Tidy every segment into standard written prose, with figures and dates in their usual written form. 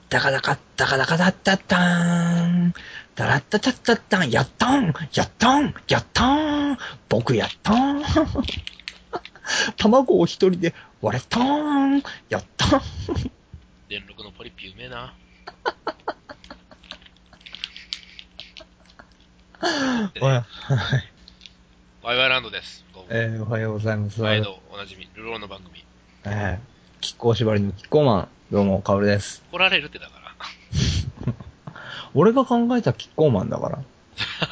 ダカダカダカダカダッタッターン。ダラッタタッタッタン。やったーんやったーんやったーん僕やったーん卵を一人で割れたーんやったーん電録のポリピうめえな。 はい。 ワイワイランドです。どうも。 おはようございます。 毎度おなじみ、ルローの番組。 亀甲縛りのキッコーマン。どうも、カオルです。 怒られるってだか俺が考えたキッコーマンだから。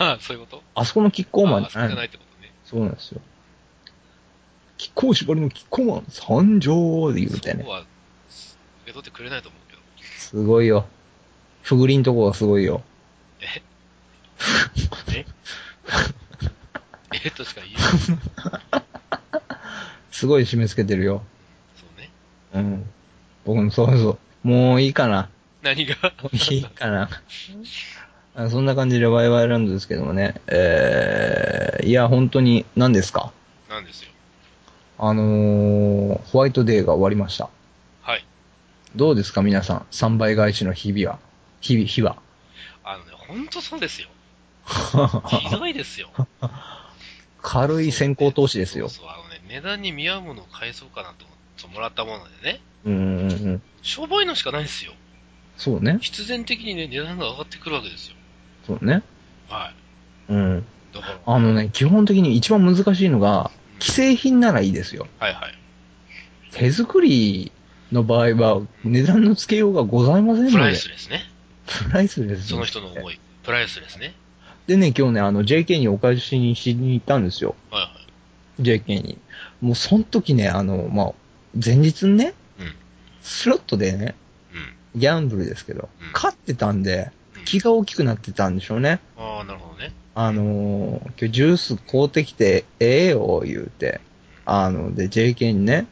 ら。そういうこと？ あそこのキッコーマンあそこじゃないってことね。 そうなんですよ。亀甲縛りのキッコーマン参上で言うてね。 そこは、受け取ってくれないと思うけど。 すごいよ。ふぐりんとこがすごいよ。 えとしか言えない。 すごい締め付けてるよ。 そうね。 うん。僕もそうそう。もういいかな。 何がもういいかな。そんな感じでワイワイランドですけどもね。いや、本当に何ですか？ なんですよ。 ホワイトデーが終わりました。 はい。 どうですか皆さん。3倍返しの日は。日は。 ほんとそうですよ。ひどいですよ。 軽い先行投資ですよ。 そう、値段に見合うものを返そうかなと思ってもらったものでね。 うん。 しょぼいのしかないですよ。 そうね。 必然的にね、値段が上がってくるわけですよ。 そうね。 はい。 うん。 だからね。 基本的に一番難しいのが、既製品ならいいですよ。 はいはい。 手作りの場合は、値段の付けようがございませんので。 プライスですね。 プライスです、ね。 その人の思い。プライスですね。 でね、今日ね、JK にお返しにしに行ったんですよ。 はいはい。 JK に。もうその時ね、前日にね、 うん。 スロットでね、 うん。 ギャンブルですけど、 うん勝ってたんで、 うん気が大きくなってたんでしょうね。 ああ、なるほどね。 今日ジュース買うてきて、ええよ、言うて。で、JK にね、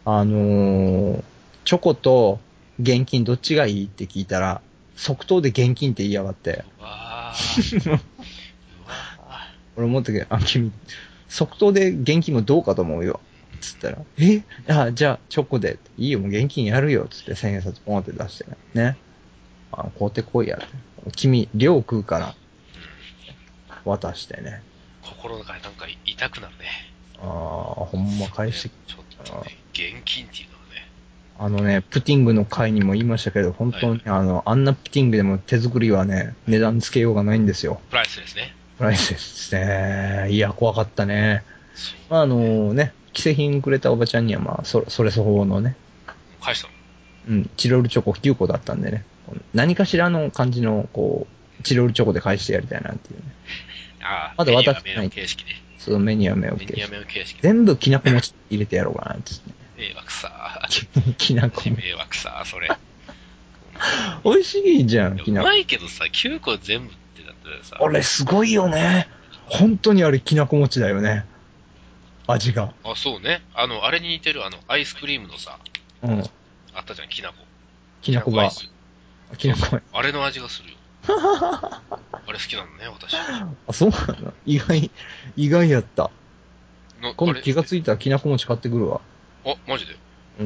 チョコと現金どっちがいいって聞いたら、即答で現金って言いやがって。 うわー。うわ俺思ったけど、君、即答で現金もどうかと思うよ。つったら、じゃあ、チョコで。いいよ、もう現金やるよ。つって千円札ポンって出してね。買うてこいやって。君、量食うから。渡してね。 心の中でなんか痛くなるね。 ほんま返して。 ちょっとね、現金っていうのはね。 プティングの回にも言いましたけど、本当に、あんなプティングでも手作りはね、値段つけようがないんですよ。 プライスですね。 プライスですね。いや、怖かったね。 そうね。 既製品くれたおばちゃんにはそれ相応のね、 返したの？ うん、チロルチョコ9個だったんでね、何かしらの感じの、チロルチョコで返してやりたいなっていうね。 ああ、 まだメニューは渡してない。 メニュー形式で。 そう、メニューはメニュメニューはメニュー形式で。 全部きなこ餅入れてやろうかなってね。 迷惑さきなこ餅。 迷惑さそれ。 美味しいじゃん、 うまいけどさ、9個全部ってだったらさ。 あれすごいよね。本当にあれきなこ餅だよね。味が。 あ、そうね。あれに似てるアイスクリームのさ、 うん。 あったじゃん、きなこ。 きなこが。きなこそうあれの味がするよ。あれ好きなのね、私。 あ、そうなの？意外やった。今度気がついたらきなこ餅買ってくるわ。 あ、マジで？ うん。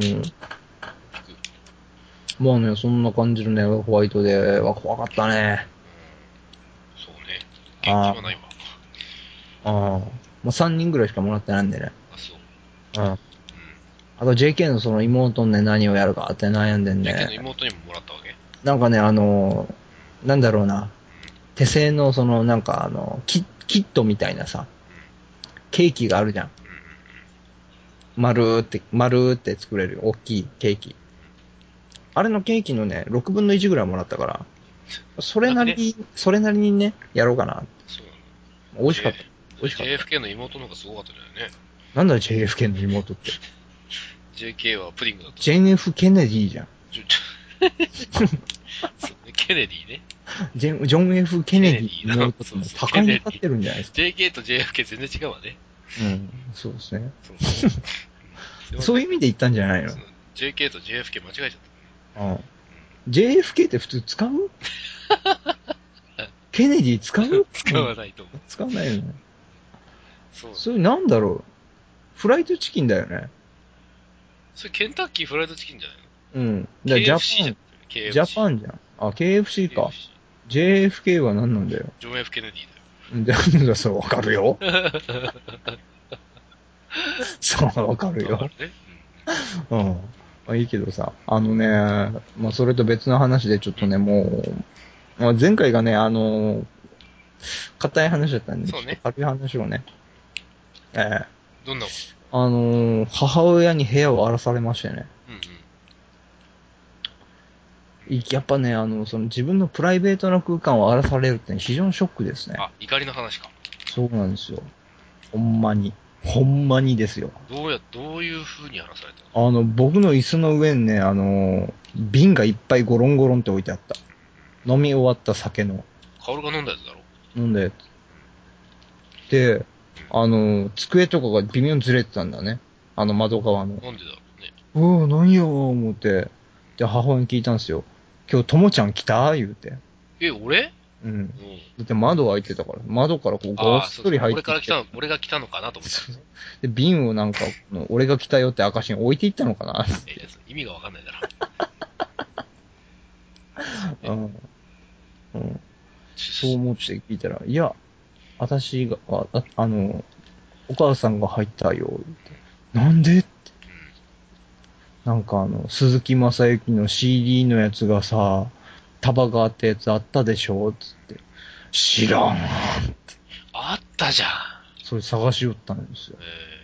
まあね、そんな感じのね、ホワイトデーは怖かったね。 そうね。元気はないわ。 もう3人ぐらいしかもらってないんでね。 あ、そう。 あと JK のその妹のね、何をやるかって悩んでんね。 JK の妹にももらったわけ？ なんかね、なんだろうな。手製のその、キットみたいなさ、ケーキがあるじゃん。丸って作れる大きいケーキ。あれのケーキのね、6分の1ぐらいもらったから、それなりにね、やろうかな。 そうなの？ 美味しかった。美味しかった。 JFK の妹の方がすごかったんだよね。 なんだ JFK の妹って。 JK はプディングだった。 ジェン F ケネディじゃん。 そうね、ケネディね。 ジョン F ケネディの妹って高いに立ってるんじゃないですか。 JK と JFK 全然違うわね。 うん、そうですね。 そうそういう意味で言ったんじゃないの？ JK と JFK 間違えちゃった。 うん。JFK って普通使う？ケネディ使う？ 使わないと思う。 使わないよね。 そう。 それなんだろう。フライドチキンだよね。 それケンタッキーフライドチキンじゃないの？ うん。 KFC じゃん。 KFC。 ジャパンじゃん。あ、KFC か。 KFC JFK は何なんだよ。 ジョン・ F ・ケネディだよ。 なんだ、そう、わかるよ。そう、わかるよ。 わかるね。 うん。まあいいけどさ、まあそれと別の話でちょっとね、もう、まあ、前回がね、硬い話だったんで、 そうねちょっと軽い話をね、ええどんな、 母親に部屋を荒らされましてね。 うんうん。 やっぱね、その自分のプライベートな空間を荒らされるって非常にショックですね。 あ、怒りの話か。 そうなんですよ。ほんまに。ほんまにですよ。 どういう風に話されたの？ 僕の椅子の上にね、瓶がいっぱいゴロンゴロンって置いてあった。飲み終わった酒の。 カオルが飲んだやつだろ？ 飲んだやつ。で、机とかが微妙にずれてたんだね。窓側の。 なんでだろうね。 うわ、何よ、思って。で、母親に聞いたんですよ。今日、ともちゃん来た言うて。 え、俺？ うん。 うん。 だって窓開いてたから、窓からこう、ごっああ、そうそう。 そり入ってきて。 俺が来たのかなと思った。 で、瓶をなんか、俺が来たよって証に置いていったのかな意味がわかんないだろ。 うん。うん。そう思って聞いたら、いや、私が、お母さんが入ったよ、言うて。なんでって。なんか鈴木正幸の CD のやつがさ、束があったやつあったでしょつって。知らん。 あったじゃん。 それ探し寄ったんですよ。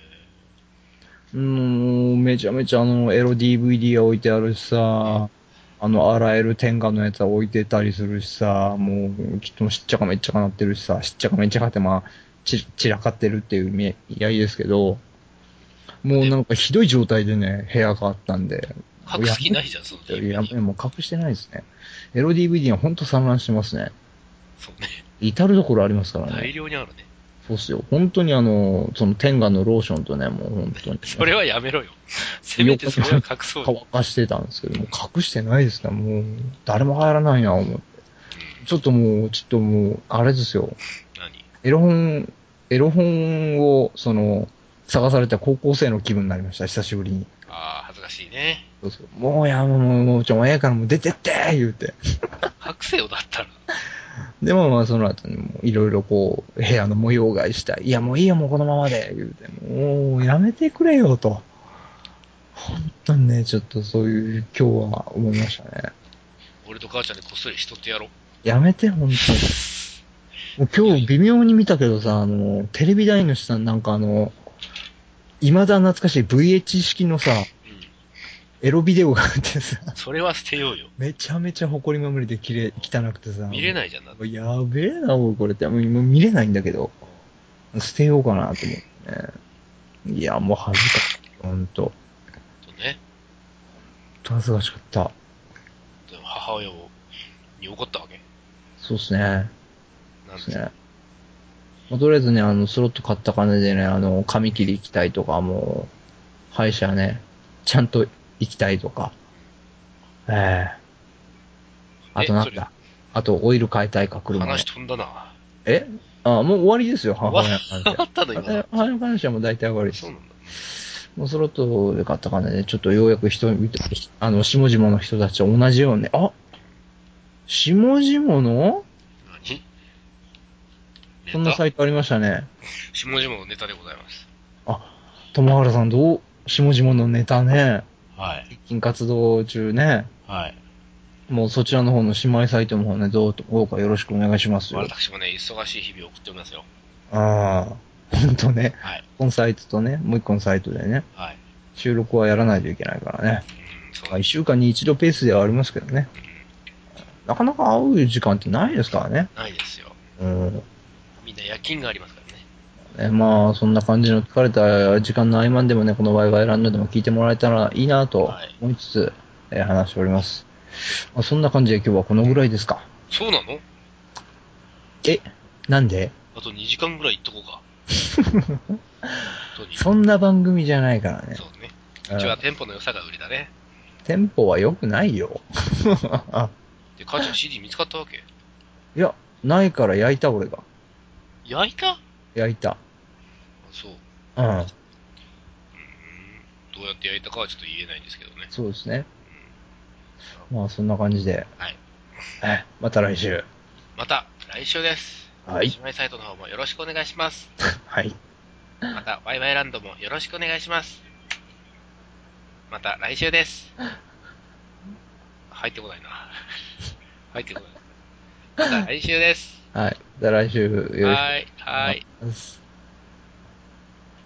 めちゃめちゃエロ DVD が置いてあるしさ、洗える天下のやつは置いてたりするしさ、もう、ちょっとしっちゃかめっちゃかなってるしさ、しっちゃかめっちゃかってまあ、散らかってるっていう意味合いですけど、もうなんかひどい状態でね、部屋があったんで。 隠す気ないじゃん、その DVD。 もう隠してないですね。エロ DVD はほんと散乱してますね。 そうね。 至るところありますからね。 大量にあるね。 そうっすよ。本当にその天下のローションとね、もう本当に。 それはやめろよ。せめてそれは隠そうよ。 乾かしてたんですけども、隠してないですね。もう、誰も入らないな、思って。ちょっともう、あれですよ。 何？ エロ本を、探された高校生の気分になりました、久しぶりに。 ああ、恥ずかしいね。 そうそう。もうもうええからもう出てって言うて。 隠せよ、だったら。 でもまあその後にもいろいろこう、部屋の模様替えしたい。いやもういいよもうこのままで、言うて。もうやめてくれよと。本当にね、ちょっとそういう今日は思いましたね。 俺と母ちゃんでこっそりしとってやろう。 やめて、本当に。もう今日微妙に見たけどさ、テレビ台の下になんか未だ懐かしい VH 式のさ、 うん。 エロビデオがあってさ、 それは捨てようよ。 めちゃめちゃ埃まみれで汚くてさ。 見れないじゃん、だって。 やべえな、もうこれって。もう見れないんだけど。捨てようかなと思ってね。いや、もう恥ずかしい。ほんと。 とね。 恥ずかしかった。 でも母親に怒ったわけ。 そうっすね。 なんですね。まあ、とりあえずね、スロット買った金でね、髪切り行きたいとか、もう、歯医者ね、ちゃんと行きたいとか。あとなんだ。あと、オイル変えたいか、車の。 話飛んだな。 えもう終わりですよ、母親の話は。 終わったの今の。 母親の話はもう大体終わりです。 そうなんだ。 もうスロットで買った金で、ちょっとようやく下々の人たちと同じように、下々の何？ そんなサイトありましたね。 下々のネタでございます。 友原さん下々のネタね。 はい。 最近活動中ね。 はい。 もうそちらの方の姉妹サイトの方ね、どうかよろしくお願いしますよ。 私もね、忙しい日々を送っておりますよ。 ほんとね。 はい。 このサイトとね、もう一個のサイトでね、 はい。 収録はやらないといけないからね。 そうまあ、一週間に一度ペースではありますけどね。なかなか会う時間ってないですからね。 ないですよ。 うん。 みんな夜勤がありますからね。 まあ、そんな感じの疲れた時間の合間でもね、このワイワイランドでも聞いてもらえたらいいなと思いつつ、話しております。まあ、そんな感じで今日はこのぐらいですか。 そうなの？ なんであと2時間ぐらい行っとこうか。 そんな番組じゃないからね。 そうね。うちはテンポの良さが売りだね。 テンポは良くないよ。 で、母ちゃん CD 見つかったわけ？ いや、ないから焼いた俺が。 焼いた？ 焼いた。 そう。 うん。 どうやって焼いたかはちょっと言えないんですけどね。 そうですね。 まあそんな感じで。 はい。 また来週。 また来週です。 はい。 姉妹サイトの方もよろしくお願いします。 はい。 また、ワイワイランドもよろしくお願いします。また来週です。入ってこないな。入ってこない。また来週です。 はい。また来週よろしくはーい。 お願いします。